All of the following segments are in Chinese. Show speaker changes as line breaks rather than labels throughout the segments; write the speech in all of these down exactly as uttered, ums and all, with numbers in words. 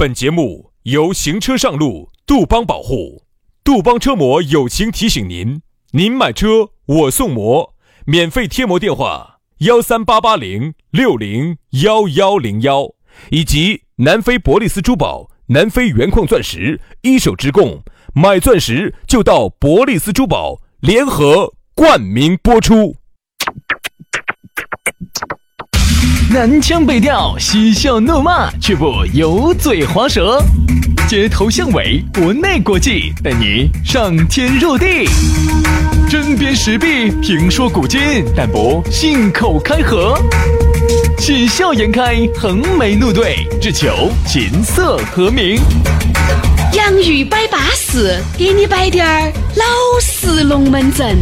本节目由行车上路杜邦保护，杜邦车模友情提醒您：您买车我送模，免费贴膜电话幺三八八零六零幺幺零幺，以及南非伯利斯珠宝、南非原矿钻石一手直供，买钻石就到伯利斯珠宝，联合冠名播出。
南腔北调，嬉笑怒骂，却不油嘴滑舌，街头巷尾，国内国际，带你上天入地，针砭时弊，评说古今，但不信口开河，喜笑颜开，横眉怒对，只求琴瑟和鸣。
洋芋摆巴士，给你摆点儿老式龙门阵。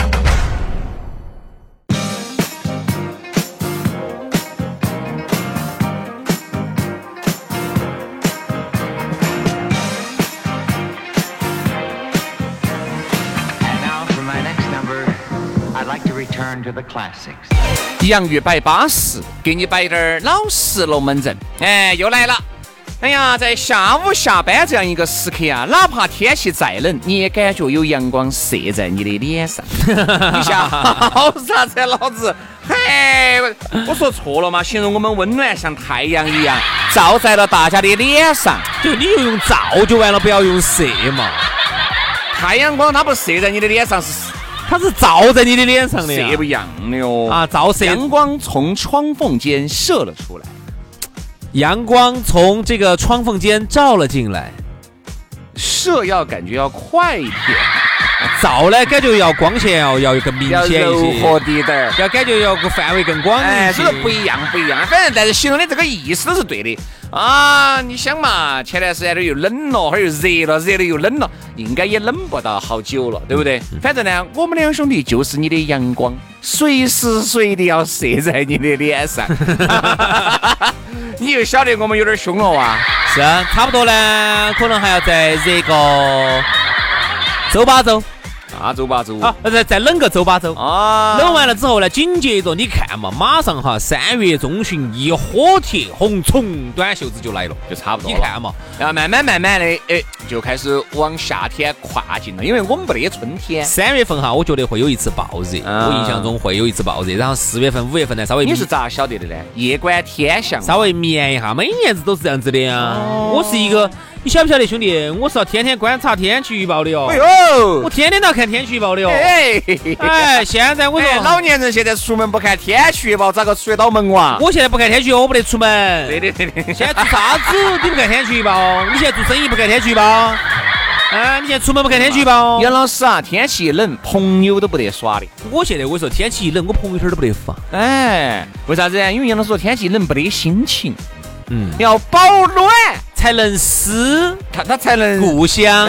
洋芋摆巴适，给你摆点儿老实龙门阵。哎，又来了！哎呀，在下午下班这样一个时刻啊，哪怕天气再冷，你也感觉有阳光射在你的脸上。你想好啥子？老子，嘿，我说错了吗？形容我们温暖像太阳一样，照在了大家的脸上。
就你又用照就完了，不要用射嘛。
太阳光它不射在你的脸上是。
它是照在你的脸上的呀，
射不一样的哟
啊！照射
阳光从窗缝间射了出来，
阳光从这个窗缝间照了进来，
射要感觉要快一点，
照呢感觉要光线要要更明显一些，
要柔和滴点，
要感觉要个范围更广一些，
哎，这个不一样不一样。反正但是形容的这个意思都是对的啊！你想嘛，前段时间都又冷了，还又热了，热了又冷了，应该也冷不到好久了，对不对？反正呢，我们两兄弟就是你的阳光，随时随地要射在你的脸上。你又晓得我们有点凶了哇？
是啊，差不多呢，可能还要再热个周八周。
啊，周八周
啊，再再冷个周八周
啊，
冷完了之后呢，紧接着你看嘛，马上哈三月中旬一火贴红虫短袖子就来了，
就差不多了。
你看嘛，
然后慢慢慢慢的，哎，就开始往夏天跨进了，因为我们没得春天。
三月份哈，我觉得会有一次暴热，啊、我印象中会有一次暴热。然后四月份、五月份呢，稍微
你是咋晓得的呢？夜观天象，
稍微绵一下，每年子都是这样子的呀、啊。哦、我是一个。你晓不晓得兄弟，我是要天天观察天气预报的哦。哎呦，我天天都要看天气预报的哦。哎，哎，现在我说、
哎、老年人现在出门不看天气预报，咋个出得到门哇？
我现在不看天气预报，我不得出门。
对对对对。
现在做啥子你不看天气预报？你现在做生意不看天气预报？啊，你现在出门不看天气预报？
杨老师啊，天气冷，朋友都不得耍的。
我现在我说天气一冷，我朋友圈都不得发。
哎，为啥子？因为杨老师说天气冷不得心情。
嗯，
要保暖
才能思，
他他才能
故乡。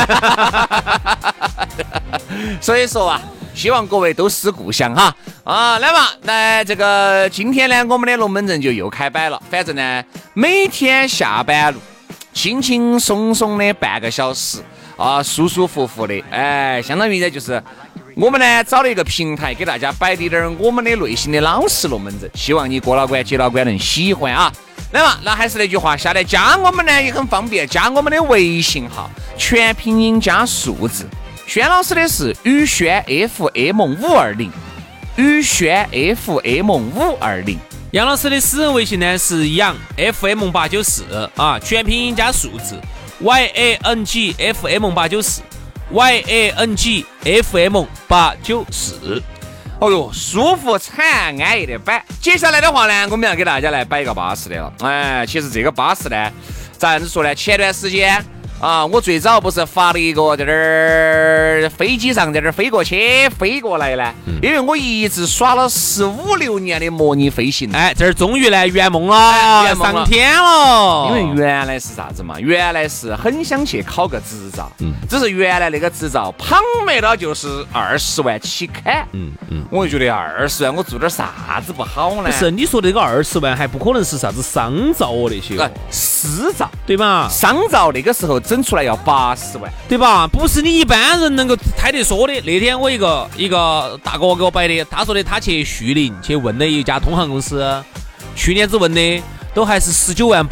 所以说啊，希望各位都思故乡哈啊！来嘛，来这个今天呢，我们的龙门阵就又开摆了。反正呢，每天下班路，轻轻松松的半个小时啊，舒舒服服的，哎，相当于呢就是我们呢找了一个平台，给大家摆一点我们的内心的老实龙门阵，希望你过了关、接了关能喜欢啊。来嘛，那还是那句话，下来加我们呢也很方便，加我们的微信号，全拼音加数字。轩老师的是宇轩 F M 五二零，宇轩 F M 五二零。
杨老师的私人微信呢是杨 F M 八九四啊，全拼音加数字 Y A N G F M 八九四 Y A N G F M 八九四。
哦哟，舒服惨，安逸的摆。接下来的话呢，我们要给大家来摆一个巴适的了。哎，其实这个巴适呢，咋样子说呢？前段时间啊，我最早不是发了一个在这儿飞机上在这儿飞过去飞过来呢、嗯、因为我一直耍了十五六年的模拟飞行，
哎，这儿终于来圆梦了、哎、圆梦了，上天了。
因为原来是啥子嘛，原来是很想去考个执照，嗯，只是原来那个执照旁没了就是二十万起砍，嗯嗯，我就觉得二十万我做点啥子不好呢？
不是，你说的这个二十万还不可能是啥子商照哦那些哦、呃、
私照
对吧？
商照那个时候整出来要八十万，
对吧？不是你一般人能够抬得说的。那天我一个一个大哥给我摆的，他说的他去徐陵去问了一家通航公司，去年子问的都还是十九万八，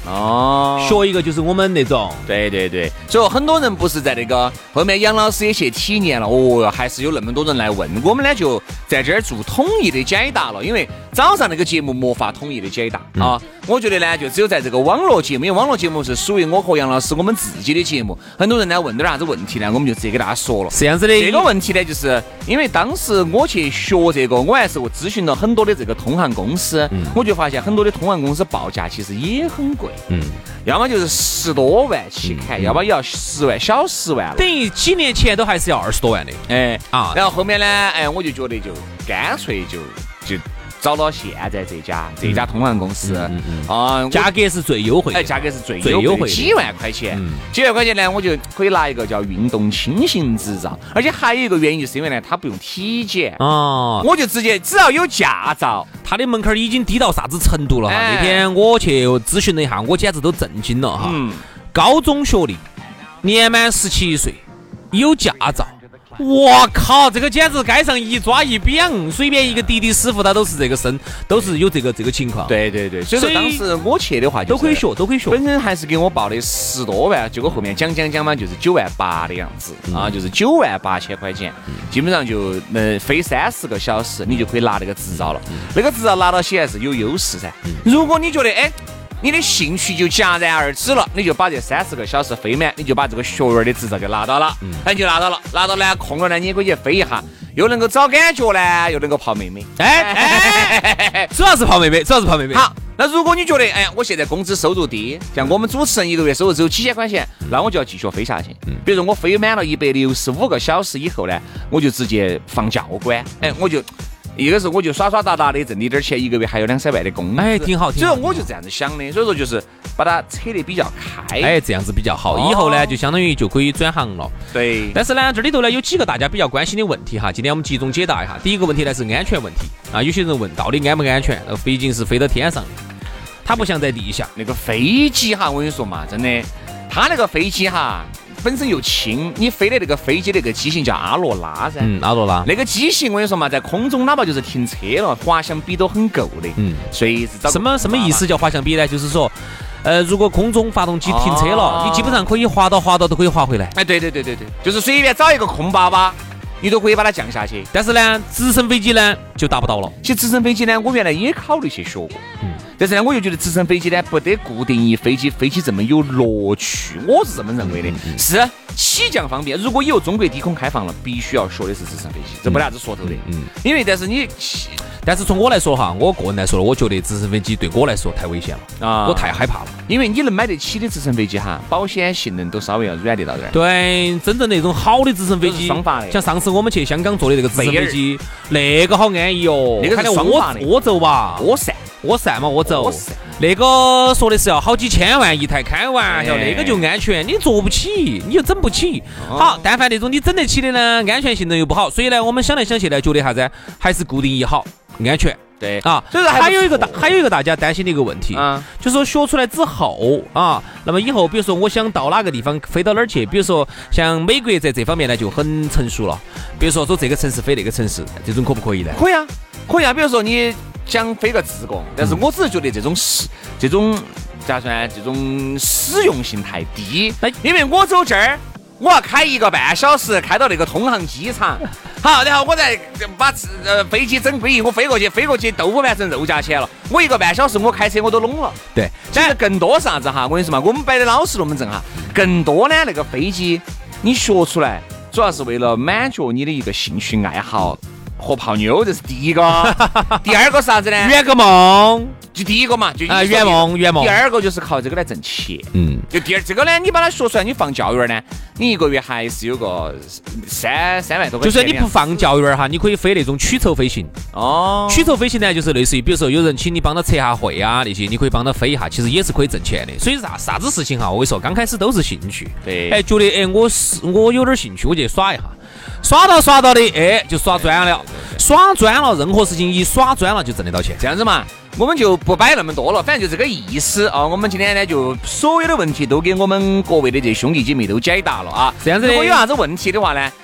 哦，
学一个就是我们那种，
对对对，所以很多人不是在那个后面杨老师也去体验了，哦，还是有那么多人来问我们呢，就在这儿做统一的解答了。因为早上那个节目没法统一的解答、嗯、啊，我觉得呢，就只有在这个网络节目，因为网络节目是属于我和杨老师我们自己的节目，很多人呢问点啥子问题呢，我们就直接给大家说了。
是这样子的，
这个问题呢，就是因为当时我去学这个，我还是我咨询了很多的这个通航公司，嗯、我就发现很多的通航公司报价其实也很贵，嗯，要么就是十多万起开，嗯、要么也要十万，小十万了，
等于几年前都还是要二十多万的，
哎啊，然后后面呢，哎，我就觉得就干脆就就。找到现在这家这家通航公司、嗯嗯嗯、啊，
价格是最优惠的，
哎，价格是最优惠的，几万块钱，嗯、几万块钱呢，我就可以拿一个叫运动轻型执照，而且还有一个原因是因为呢，它不用体检哦，我就直接只要有驾照，
它的门槛已经低到啥子程度了哈？哎、那天我去咨询了一下，我简直都震惊了哈！嗯、高中学历，年满十七岁，有驾照。我靠，这个简直街上一抓一表，随便一个滴滴师傅他都是这个身，都是有这个这个情况。
对对对，所以说当时我去的话、就是，
都可以学，都可以学。
本身还是给我报的十多万，结果后面讲讲讲嘛，就是九万八的样子、嗯、啊，就是九万八千块钱，嗯、基本上就呃飞三十个小时，你就可以拿那个执照了。嗯、那个执照拿到起还是有优势噻。嗯、如果你觉得哎。你的兴趣就戛然而止了，你就把这三十个小时飞满，你就把这个学员的执照给拿到了，嗯，那就拿到了，拿到呢，空了呢，你也可以去飞一下，又能够找感觉呢，又能够泡妹妹，
哎哎，主要是泡妹妹，主要是泡妹妹。
好，那如果你觉得，哎呀，我现在工资收入低，像我们主持人一个月收入只有几千块钱，嗯、那我就要继续飞下去。嗯，比如说我飞满了一百六十五个小时以后呢，我就直接放教官，哎，我就。一个是我就耍耍打打的挣你点钱，一个月还有两三万的工资，
哎，挺好。
所以说我就这样子想的，所以说就是把它扯得比较开，
哎，这样子比较好。哦、以后呢，就相当于就可以转行了。
对。
但是呢，这里头呢有几个大家比较关心的问题哈，今天我们集中解答一下。第一个问题呢是安全问题啊，有些人问到底安不安全？那毕竟是飞到天上的，它不像在地下。
那个飞机哈，我跟你说嘛，真的，它那个飞机哈。本身又轻，你飞的那个飞机那个机型叫阿罗拉噻，
嗯，阿罗拉
那个机型我跟你说嘛，在空中哪怕就是停车了，滑翔比都很够的，嗯，随时找
什么什么意思叫滑翔比呢？就是说，呃，如果空中发动机停车了，哦、你基本上可以滑到滑到都可以滑回来。
哎，对对对对对，就是随便找一个空巴巴，你都可以把它降下去。
但是呢，直升飞机呢就达不到了。
其实直升飞机呢，我原来也考虑去学过，嗯。但是呢，我又觉得直升飞机呢不得固定一飞机飞机这么有乐趣，我是这么认为的。嗯嗯、是起降方便，如果以后中国低空开放了，必须要学的是直升飞机，这没啥子说头的。嗯，因为但是你，
但是从我来说哈，我个人来说，我觉得直升飞机对我来说太危险了啊，我太害怕了。
因为你能买得起的直升飞机哈，保险性能都稍微要软得到点。
对，真正那种好的直升飞机，
双发的。
像上次我们去香港坐的那个直升飞机，那个好安逸哦，
那个是双发的，
涡轴吧，
涡扇。
涡扇嘛，涡轴，那个说的是要好几千万一台，开玩笑，那个就安全，你坐不起，你就整不起。好，但凡那种你整得起的呢，安全性能又不好，所以呢，我们想来想去呢，觉得啥子，还是固定一好，安全。
对
啊，所以说还有一个大，还有一个大家担心的一个问题，嗯，就是说学出来之后啊，那么以后比如说我想到哪个地方飞到哪儿去，比如说像美国在这方面呢就很成熟了，比如说走这个城市飞那个城市，这种可不可以呢？
可以啊，可以啊，比如说你。想飞个自贡，但是我只是觉得这种使这种咋算，这种实用性太低。因为我走这儿，我要开一个半小时开到那个通航机场，好，然后我再把呃飞机整归，我飞过去，飞过去豆腐盘成肉夹起来了。我一个半小时我开车我都拢了。
对，
但是更多啥子哈？我跟你说嘛，我们摆的老实龙门阵哈，更多呢那个飞机你学出来，主要是为了满足你的一个兴趣爱好。和泡妞，这是第一个。第二个啥子呢？
圆个梦，
就第一个嘛，就
啊圆梦圆梦。
第二个就是靠这个来挣钱。嗯，就第二这个呢，你把它学出来，你放教育呢，你一个月还是有个三三万多块钱。
就是你不放教育哈，你可以飞那种曲酬飞行。哦，曲酬飞行呢，就是类似于比如说有人请你帮他测下会啊那些，你可以帮他飞一下，其实也是可以挣钱的。所以啥啥子事情哈，我跟你说，刚开始都是兴趣。
对。
哎，觉得哎我是我有点兴趣，我就耍一下。耍到耍到的，哎，就耍专了，耍专了，任何事情一耍专了就挣得到钱。
这样子嘛，我们就不摆那么多了，反正就这个意思啊。我们今天呢，就所有的问题都给我们各位的这兄弟姐妹都解答了啊。
这样子的，
如果有啥子问题的话呢，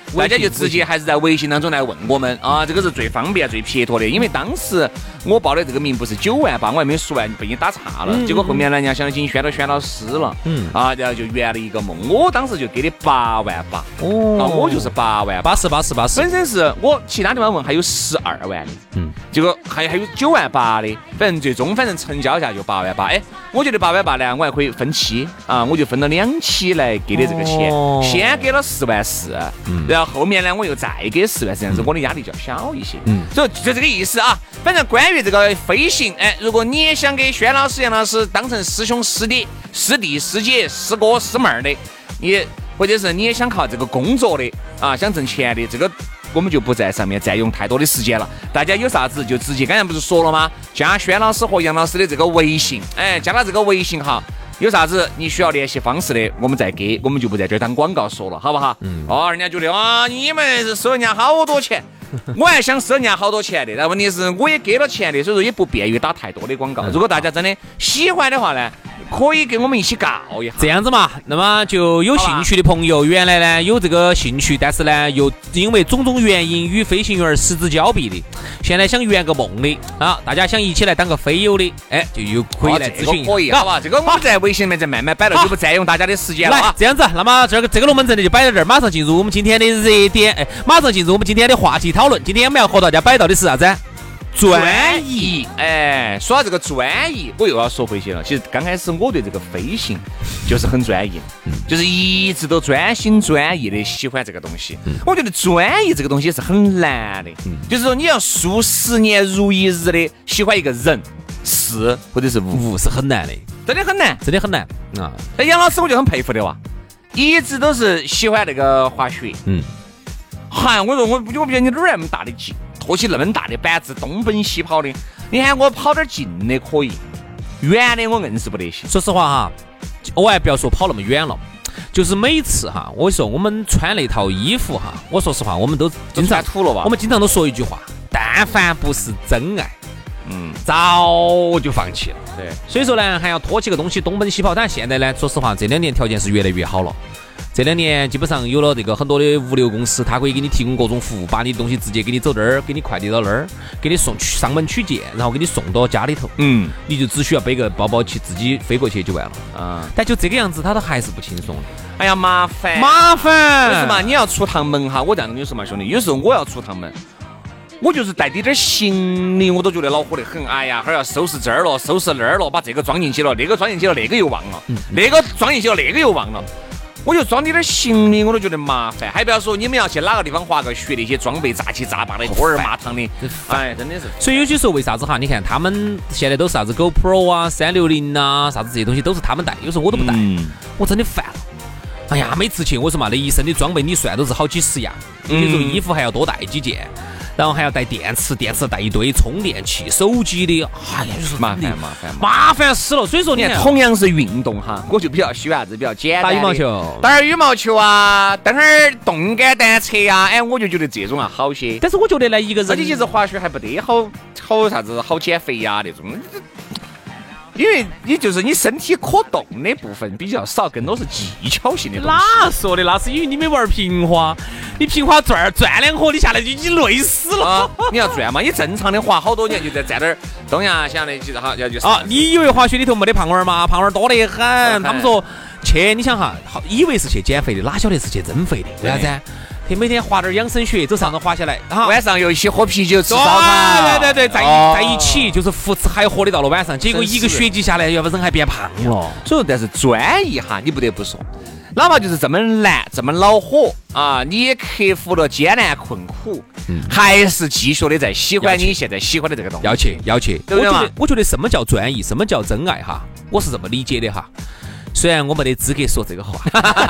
大家就直接还是在微信当中来问我们啊，这个是最方便最撇脱的。因为当时我报的这个名不是九万八，我还没说完被你打岔了，嗯、结果后面呢，人家相信选都选到师了，嗯啊，然后就圆了一个梦。我当时就给的八万八，哦，啊，我就是八万
八十八十八十，
本身是我其他地方问还有十二万的，嗯，结果还还有九万八的，反正最终反正成交价就八万八。哎，我觉得八万八呢，我还可以分期啊，我就分了两期来给的这个钱，哦、先给了四万四，嗯，然后后面呢我又再给四万四，这样子我的压力就要小一些，嗯，所以就这个意思啊。反正关于这个飞行，哎，如果你也想给轩老师、杨老师当成师兄师弟、师弟师姐、师哥师妹儿的，你或者是你也想靠这个工作的啊，想挣钱的，这个我们就不在上面占用太多的时间了。大家有啥子就直接，刚才不是说了吗？加轩老师和杨老师的这个微信，哎，加了这个微信哈。有啥子你需要联系方式的，我们再给，我们就不在这儿当广告说了，好不好？嗯。哦，人家觉得啊，你们是收人家好多钱，我还想收人家好多钱的，但问题是我也给了钱的，所以说也不便于打太多的广告。如果大家真的喜欢的话呢，可以跟我们一起告一下。
这样子嘛，那么就有兴趣的朋友，原来呢有这个兴趣，但是呢又因为种种原因与飞行员失之交臂的，现在想圆个梦的啊，大家想一起来当个飞友的，哎，就有可以来咨询，
可以，好吧？这个我们在微信里面再慢慢摆了，就不占用大家的时间了啊。
这样子，那么这个这个龙门阵就摆在这儿，马上进入我们今天的热点，哎，马上进入我们今天的话题讨论。今天我们要和大家摆到的是啥子？专一。
哎，说到这个专一，我又要说回去了。其实刚开始我对这个飞行就是很专一，嗯、就是一直都专心专意的喜欢这个东西。嗯、我觉得专一这个东西是很难的，嗯、就是说你要数十年如一日的喜欢一个人、事或者是物，
物是很难的，
真的很难，
真的很难啊！
那杨老师我就很佩服的哇，一直都是喜欢那个滑雪，嗯。嗨，我说我我不觉得你哪儿那么大的劲，拖起那么大的板子东奔西跑的，你看我跑点近的可以，远的我硬是不得行。
说实话哈，我还不要说跑那么远了，就是每次哈，我说我们穿那套衣服哈，我说实话，我们都经常
土了吧？
我们经常都说一句话，但凡不是真爱，嗯，早就放弃了。
对，
所以说呢，还要拖起个东西东奔西跑。但现在呢，说实话，这两年条件是越来越好了。这两年基本上有了这个很多的物流公司，它可以给你提供各种服务，把你的东西直接给你走这儿，给你快递到那儿，给你送上门取件，然后给你送到家里头。嗯，你就只需要背个包包去自己飞过去就完了。啊、嗯，但就这个样子，它都还是不轻松的。
哎呀，麻烦
麻烦，
为什么你要出趟门哈？我这样跟你说嘛，兄弟，有时候我要出趟门，我就是带点点行李，我都觉得恼火得很。哎呀，还要收拾这儿了，收拾那儿了，把这个装进去了，那个装进去了，那个又忘了，嗯、那个装进去了，那个又忘了。我就装点点行李，我都觉得麻烦。还不要说你们要去哪个地方滑个雪，那些装备杂七杂八的，拖儿麻汤的，哎，真的是。
所以有些时候为啥子哈？你看他们现在都是啥子 GoPro 啊、三六零啊，啥子这些东西都是他们带，有时候我都不带，嗯、我真的烦了。哎呀，每次去我说嘛，那一身的装备你算都是好几十样，有时候衣服还要多带几件。然后还要带电池，电池带一堆充电器、手机的，哎呀，就是
麻烦麻烦
麻烦死了。所以说你看，
同样是运动哈，我就比较喜欢啥子比较简单
打羽毛球，
打点羽毛球啊，蹬点动感单车啊，哎，我就觉得这种啊好些。
但是我觉得呢，一个人，
而且其实滑雪还不得好好啥子好减肥呀、啊、那种。因为你就是你身体可动的部分比较少，更多是技巧性的东西。
哪说的？那是因为你没玩平滑，你平滑转转两下，你下来就已经累死了。啊、
你要转嘛？你正常的滑好多年就在站那儿东呀想的，其实好要就是
啊。你以为滑雪里头没得胖娃儿吗？胖娃儿多得很。嗯、他们说去，你想哈，好以为是去减肥的，哪晓得是去增肥的？为啥子？每天滑点养生雪，走上头滑下来，
晚上又一起喝啤酒吃烧烤，
对对对，在、哦、在一起就是胡吃海喝的到了晚上，结果一个学期下来，要不人还变胖了。
所以，但是专一哈，你不得不说，哪怕就是这么难、这么恼火啊，你也克服了艰难困苦，嗯、还是继续的在喜欢你现在喜欢的这个东西。
要去，要去，
对不对嘛？
我觉得，我觉得什么叫专一，什么叫真爱哈，我是这么理解的哈。虽然我没得资格说这个话。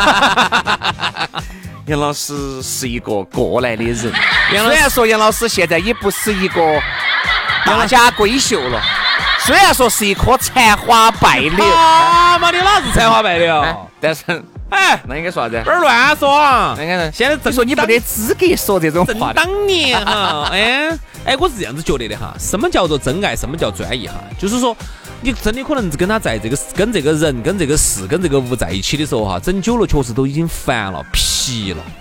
杨老师是一个过来的人，虽然说杨老师现在也不是一个大家闺秀了，虽然说是一颗残花败柳
啊妈，你哪是残花败柳？
哎、但是
哎，
那应该说啥子？
不是乱说啊！
那应该现在你说你没得资格说这种话。
当年哈，哎哎，我是这样子觉得的哈。什么叫做真爱？什么叫专一哈？就是说。你真的可能跟他在这个跟这个人跟这个事跟这个物在一起的时候哈，整久了确实都已经烦了疲了，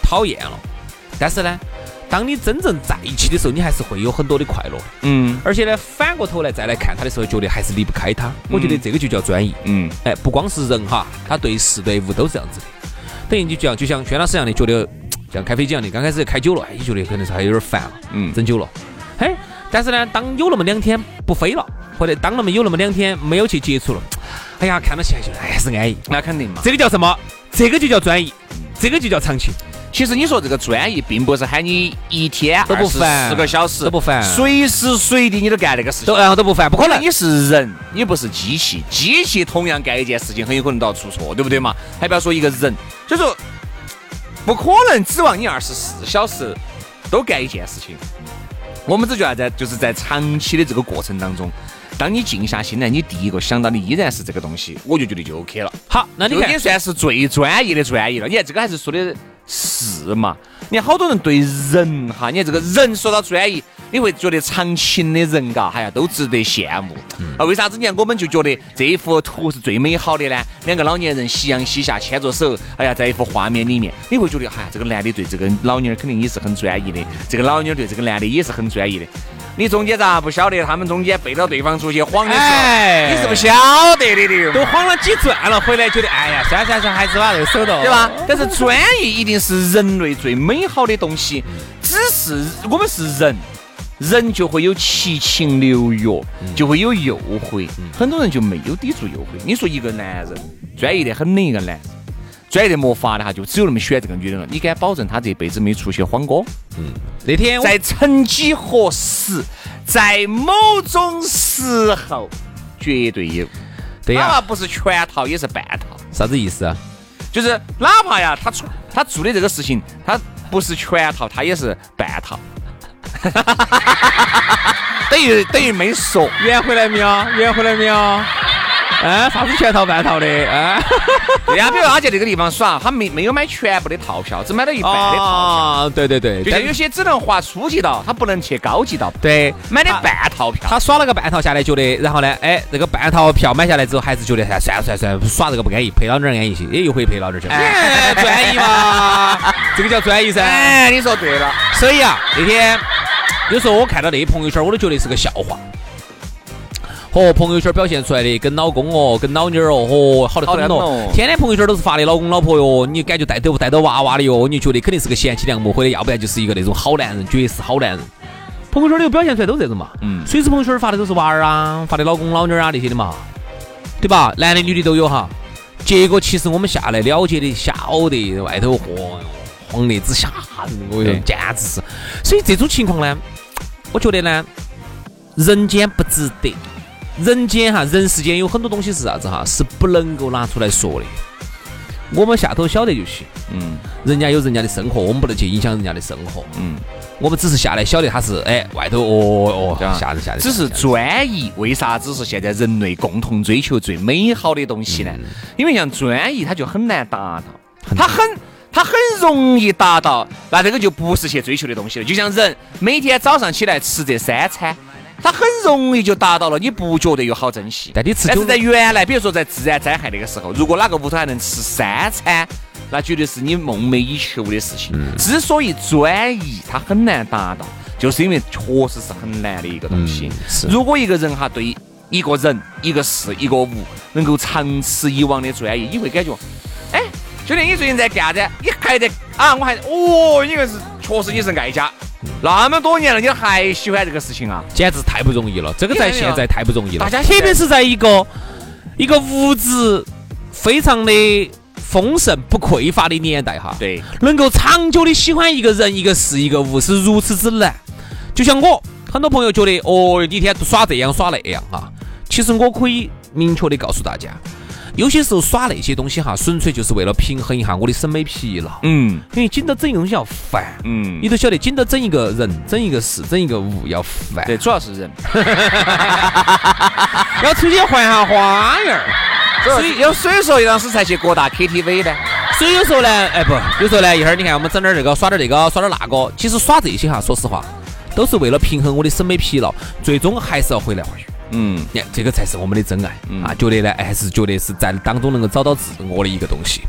讨厌了。但是呢，当你真正在一起的时候，你还是会有很多的快乐。
嗯，
而且呢，反过头来再来看他的时候，觉得还是离不开他。我觉得这个就叫专一。
嗯，
哎，不光是人哈，他对事对物都是这样子的。等于你就像就像薛老师一样的，觉得像开飞机一样的，刚开始开久了，哎，觉得可能是还有点烦了，
嗯，
整久了。嘿，但是呢，当有那么两天不飞了，或者当那么有那么两天没有去接触了，哎呀，看到起来就还是安逸。
那肯定嘛。
这个叫什么？这个就叫专一，这个就叫长情。
其实你说这个专一，并不是喊你一天
都不烦
四个小时
都不烦，
随时随地你都干这个事情，
都然后都不烦，不可能。
你是人，你不是机器，机器同样干一件事情，很有可能都要出错，对不对嘛？还不要说一个人，所以说不可能指望你二十四小时都干一件事情。我们只觉得在就是在长期的这个过程当中，当你静下心来，你第一个想到的依然是这个东西，我就觉得就 OK 了。
好，那你看，
已经算是最专业的专业了。你看这个还是说的是嘛？你看好多人对人哈，你看这个人说到专一，你会觉得长情的人嘎，哎呀都值得羡慕。啊，为啥子？你看我们就觉得这一幅图是最美好的呢？两个老年人夕阳西下牵着手，哎呀，在一幅画面里面，你会觉得，哎呀，这个男的对这个老妞肯定也是很专一的，这个老妞对这个男的也是很专一的。你中间咋不晓得他们中间背到对方出去晃的时候，
哎、
你是不晓得的的？
都晃了几转了，回来觉得哎呀，算算算，还是把这个手到，
对吧？但是专一一定是人类最美好的东西，只是我们是人，人就会有七情六欲，就会有诱惑，很多人就没有抵住诱惑。你说一个男人专一的很的一个男人，专一的没法的哈，就只有那么选这个女人了。你敢保证他这辈子没出去晃过？
嗯，那天
在曾几何时，在某种时候，绝对有。
对呀、
哪怕不是全套，也是半套。
啥子意思啊？
就是哪怕呀，他出他做的这个事情，他不是全套，他也是半套。等于等于没说。
圆回来没有？圆回来没有？啊，啥子全套半套的啊？
对呀，比如他在这个地方耍，他没没有买全部的套票，只买了一半的套票。
啊，对对对，
就像有些只能滑初级道，他不能去高级道。
对，
买的半套票，
他耍了个半套下来，觉得，然后呢，哎，这个半套票买下来之后，还是觉得，哎，算了算了算了，耍这个不安逸，陪老点安逸些，也又回陪老点去。哎，专一嘛，这个叫专一噻。
哎，你说对了。
所以啊，那天有时候我看到那些朋友圈，我都觉得是个笑话。和朋友圈表现出来的跟老公哦，跟老妞哦，哦，好得很哦。天天朋友圈都是发的老公老婆哟，你感觉带都带到娃娃的哟，你觉得肯定是个贤妻良母，或者要不然就是一个那种好男人，绝世好男人。朋友圈里头表现出来都是这种嘛，嗯，随时朋友圈发的都是娃儿啊，发的老公老妞啊那些的嘛，对吧？男的女的都有哈。结果其实我们下来了解的晓得外头嚯黄烈之下人，我说简直是。所以这种情况呢，我觉得呢，人间不值得。人间哈，人世间有很多东西是啥子哈，是不能够拿出来说的。我们下头晓得就行，嗯，人家有人家的生活，我们不能去影响人家的生活，嗯，我们只是下来晓得他是哎外头哦哦吓人吓人。
只是专一，为啥只是现在人类共同追求最美好的东西呢？嗯、因为像专一，它就很难达到，它很它很容易达到，那这个就不是去追求的东西了。就像人每天早上起来吃这三餐。它很容易就达到了，你不觉得又好珍惜。
但你吃，
但是在原来，比如说在自然灾害那个时候，如果哪个屋头还能吃三餐，那绝对是你梦寐以求的事情。嗯、之所以专一它很难达到，就是因为确实是很难的一个东西。嗯、如果一个人哈对一个人、一个事、一个物能够长此以往的专一，你会感觉，哎，兄弟，你最近在干的？你还在啊？我还哦，你个是确实你是爱家。那么多年了，你还喜欢这个事情啊？
简直太不容易了，这个在现在太不容易了。
大家
特别是在一个一个物质非常的丰盛不匮乏的年代哈，
对，
能够长久的喜欢一个人、一个事、一个物是如此之难。就像我，很多朋友觉得哦，一天耍这样耍那样哈，其实我可以明确的告诉大家。有些时候耍那些东西哈，纯粹就是为了平衡一下我的审美疲劳。嗯，因为紧到整一个东西要烦。嗯，你都晓得，紧到整一个人、整一个事、整一个物要烦。
对，主要是人，
要出去换下花样。
所以有所以说杨师才去各大 K T V 呢。
所以有时候呢，哎不，有时候呢，一会儿你看我们整点这个，耍点这个，耍点那个，其实耍这些哈，说实话，都是为了平衡我的审美疲劳，最终还是要回来回去。嗯，这个才是我们的真爱、嗯、啊！觉得呢，还是觉得是在当中能够找到自我的一个东西。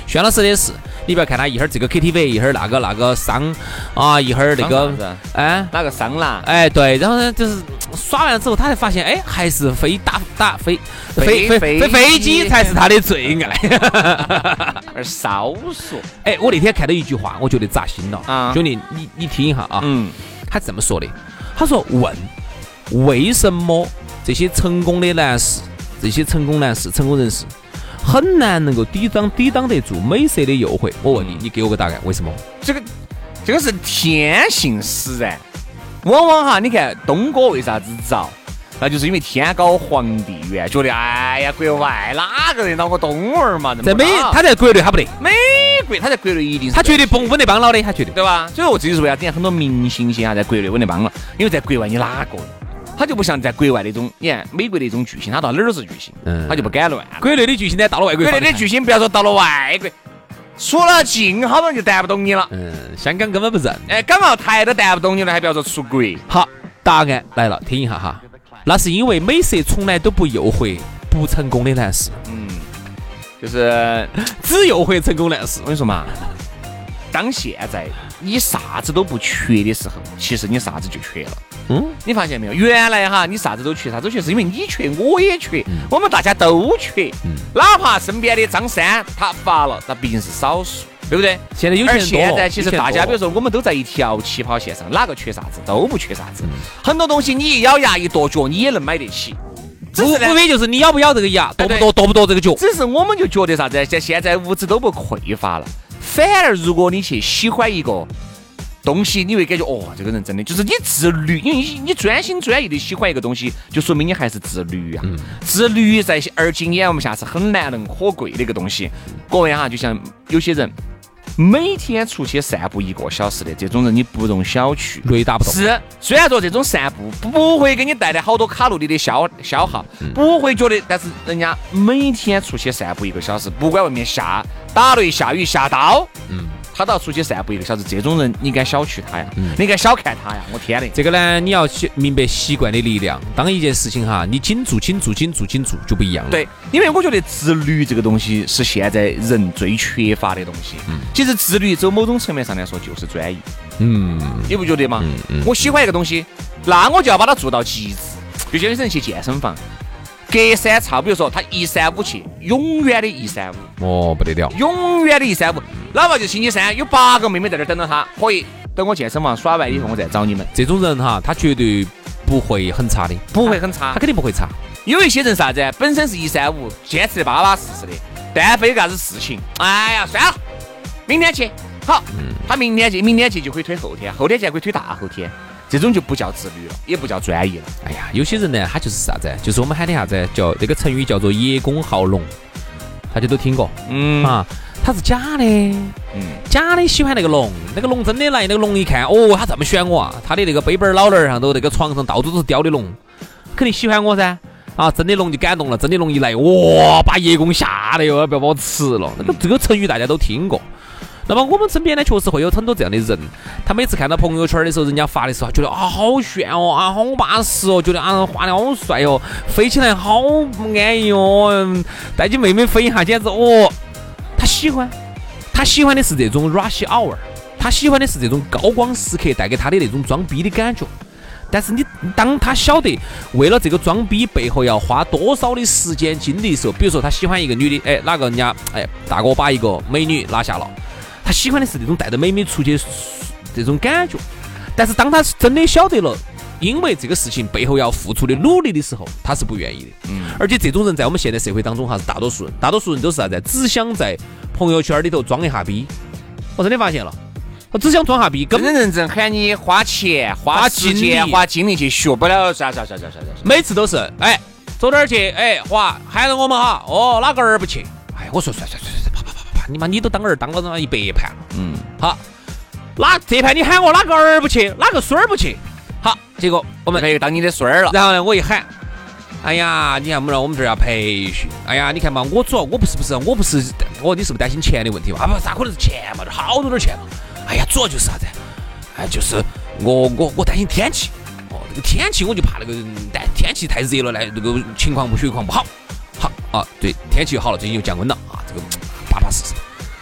轩老师的是，你不要看他一会儿这个 K T V， 一会儿那个那个桑啊，一会儿那个哎
哪个桑拿？
哎对，然后呢就是耍完之后，他才发现哎还是飞打打飞飞飞飞飞机才是他的最爱，
而少数。
哎，我那天看到一句话，我觉得扎心了
啊，
兄弟，你你听一下啊，
嗯，
他这么说的，他说问为什么这些成功的男士，这些成功男士、成功人士很难能够抵挡抵挡得住美色的诱惑？我问你，你给我个答案，为什么？
这个这个是天性使然。往往哈，你看东哥为啥子早？那就是因为天高皇帝远，觉得哎呀，国外哪个人当个东儿嘛？
在美，他在国内他不得，
美国他在国内一定是
他绝对不稳得帮了的，他绝对
对吧？所以我这就是为啥子很多明星些啊在国内稳得帮了，因为在国外你哪个？他就不像在国外那种，你看美国那种巨星，他到哪儿是巨星，嗯，他就不敢乱。
国内的巨星呢，到了外国，
国内的巨星不要说到了外国，出了境好多人就带不动你了。
嗯，香港根本不认。
哎，港澳台都带不动你了，还不要说出国。
好，答案来了，听一下哈。那是因为美色从来都不诱惑不成功的男士，
嗯，就是
只诱惑成功男士。
我跟你说嘛，当现在你啥子都不缺的时候，其实你啥子就缺了。嗯，你发现没有？原来哈，你啥子都缺，啥子都缺，是因为你缺，我也缺，嗯、我们大家都缺。嗯，哪怕身边的张三他发了，那毕竟是少数，对不对？
现在有钱多。而
现在其实大家，比如说我们都在一条起跑线上，哪个缺啥子都不缺啥子。嗯、很多东西你一咬牙一跺脚，你也能买得起。
无无非就是你咬不咬这个牙，跺不跺跺不跺这个脚。
只是我们就觉得啥子？现现在物质都不匮乏了，反而如果你去喜欢一个东西，你会感觉哦，这个人真的就是你自律，因为你你专心专意的喜欢一个东西，就说明你还是自律啊。嗯、自律在而今眼我们下是很难能可贵的一个东西。各位哈，就像有些人每天出去散步一个小时的这种人，你不容小觑。
雷打不动。
是，虽然说这种散步不会给你带来好多卡路里的消消耗，嗯、不会觉得，但是人家每天出去散步一个小时，不管外面下打雷下雨下刀，嗯。他到出去散步一个小时，这种人你敢小觑他呀？嗯、你敢小看他呀？我天嘞！
这个呢，你要明白习惯的力量。当一件事情哈，你紧做、紧做、紧做、紧做就不一样了。
对，因为我觉得自律这个东西是现在人最缺乏的东西。嗯，其实自律从某种层面上来说就是专一。嗯，你不觉得吗？嗯嗯。我喜欢一个东西，那我就要把它做到极致。就像有些人去健身房。隔三差，比如说他一三五去，永远的一三五，
哦，不得了，
永远的一三五，哪怕就星期三有八个妹妹在这儿等着他，可以等我健身房耍完以后我再找你们。
这种人哈，他绝对不会很差的，
不会很差，
他肯定不会差。
有一些人啥子，本身是一三五，坚持的巴巴适适的，但非干啥子事情，哎呀，算了，明天去，好，嗯、他明天去，明天去就可以推后天，后天去还可以推大后天。这种就不叫自律了，也不叫专一了。
哎呀，有些人呢，他就是啥子，就是我们喊的啥子，叫那个成语叫做叶公好龙，大家都听过。嗯啊，他是假的，嗯，假的喜欢那个龙，那个龙真的来，那个龙一看，哦，他这么喜欢我啊，他的那个背包老人上头那个床上到处都是雕的龙，肯定喜欢我噻。啊，真的龙就感动了，真的龙一来，哇，把叶公吓得哟，不要把我吃了。那个这个成语大家都听过。那么我们身边呢，确实会有很多这样的人，他每次看到朋友圈的时候，人家发的时候，觉得啊好炫哦，啊好巴适哦，觉得啊画的好帅哦，飞起来好安逸哦，带起妹妹飞一下，简直哦，他喜欢，他喜欢的是这种 rush hour， 他喜欢的是这种高光时刻带给他的那种装逼的感觉。但是你当他晓得为了这个装逼背后要花多少的时间精力的时候，比如说他喜欢一个女的，哎，哪个人家哎大哥把一个美女拿下了。他喜欢的是这种带着妹妹出去这种感觉，但是当他真的晓得了，因为这个事情背后要付出的努力的时候，他是不愿意的。嗯，而且这种人在我们现在社会当中哈是大多数人，大多数人都是啥子？只想在朋友圈里头装一下逼。我真的发现了，我只想装下逼，
真真正正喊你花钱、花时间、花精力去学不了，算算算算算算。
每次都是哎走哪儿去？哎花喊着我们哈，哦哪个儿不去？哎我说算算算算。你妈，你都当儿当了他妈一百盘了，嗯，好，哪这盘你喊我哪个儿不去，哪个孙儿不去，好，结果我们
可以当你的孙儿了。
然后呢，我一喊，哎呀，你看我们我们这儿要培训，哎呀，你看嘛，我主要我不是不是我不是我你是不是担心钱的问题嘛？啊不，咋可能是钱嘛？这好多点钱嘛？哎呀，主要就是啥子？哎，就是我我我担心天气，哦，这个天气我就怕那个但天气太热了，来那个情况不血况不好，好啊，对，天气好了，最近又降温了啊，这个。巴巴适适，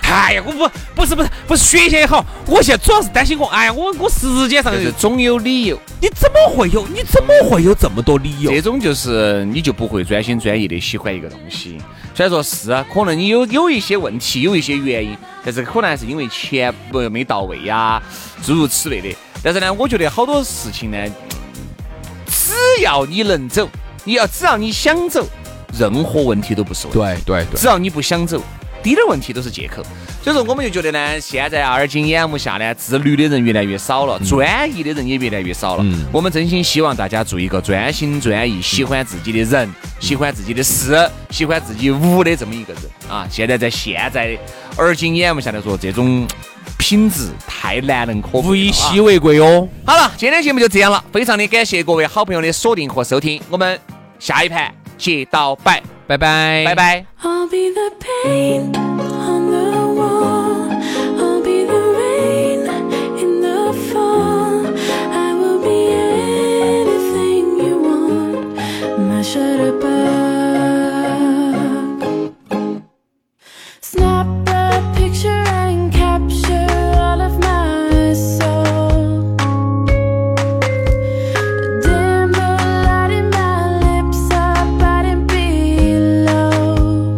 哎呀，我不不是不是不是学习也好，我现在主要是担心我，哎呀，我我时间上
就是总有理由。
你怎么会有？你怎么会有这么多理由？
这种就是你就不会专心专意的喜欢一个东西。虽然说是啊，可能你有有一些问题，有一些原因，但是可能还是因为钱不没到位呀，诸如此类的。但是呢，我觉得好多事情呢，只要你能走，你要只要你想走，任何问题都不是问题。
对对对，
只要你不想走，滴点问题都是借口。所以说，我们就觉得呢，现在耳今眼目下呢，自律的人越来越少了，专一的人也越来越少了。嗯、我们真心希望大家做一个专心专意、喜欢自己的人、喜欢自己的事、喜欢自己屋的这么一个人啊！现在在现在耳今眼目下来说，这种品质太难能可贵了，
物以稀为贵哦。
好了，今天节目就这样了，非常的感谢各位好朋友的锁定和收听，我们下一盘接到摆，
拜拜，
拜拜。
I'll be the pain on the wall. I'll be the rain in the fall. I will be anything you want. My shutterbug. Snap a picture and capture all of my soul. Dim the light in my lips are biting below.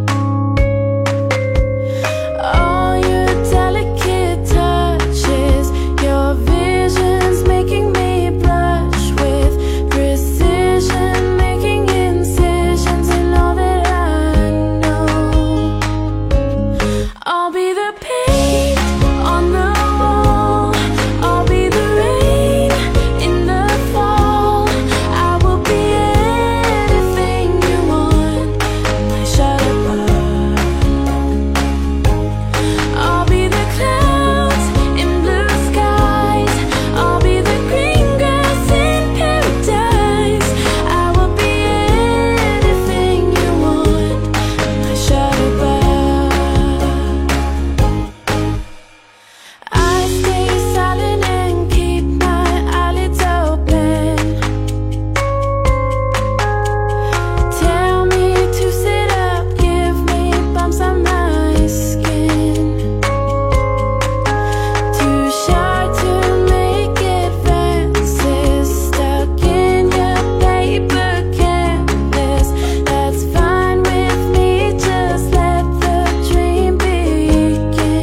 All your delicate touches, your visions making me blush with precision, making incisions in all that I know. I'll be the pain on the wall. I'll be the rain in the fall. I will be anything you want. My shutterbug. I'll be the clouds in blue skies. I'll be the green grass in paradise. I will be anything you want. My shutterbug. I stay silent and keep my eyelids open. Tell me to sit up, give me bumps on my skin. Too shy to make advances, stuck in your paper canvas. That's fine with me, just let the dream begin.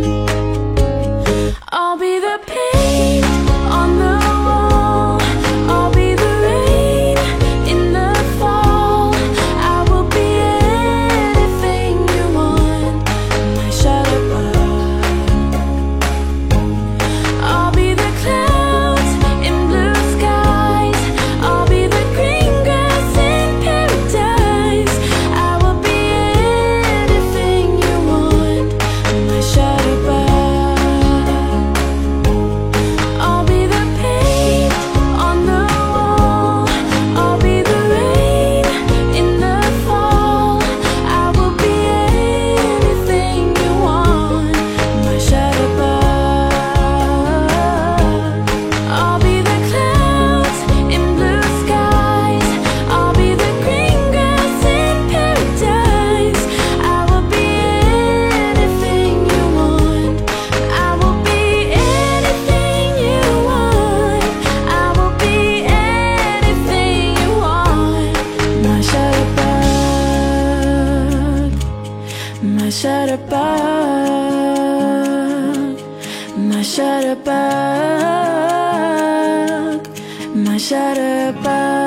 I'll be the pain on the wall. I'll be the rain in the fall. I will be anything you want. My shutterbug. I'll be the clouds in blue skies. I'll be the green grass in paradise. I will be anything you want. My shutterbug. I'll be the pain on the wall. I'll be the rain in the fall. I will be anything you want. My shutterbug. I'll be the clouds in blue skies. I'll be the green grass in paradise. I will be anything you want. I will be anything you want. I will be anything you want. My shutterbug. My shutterbug. My shutterbug. My shutterbug.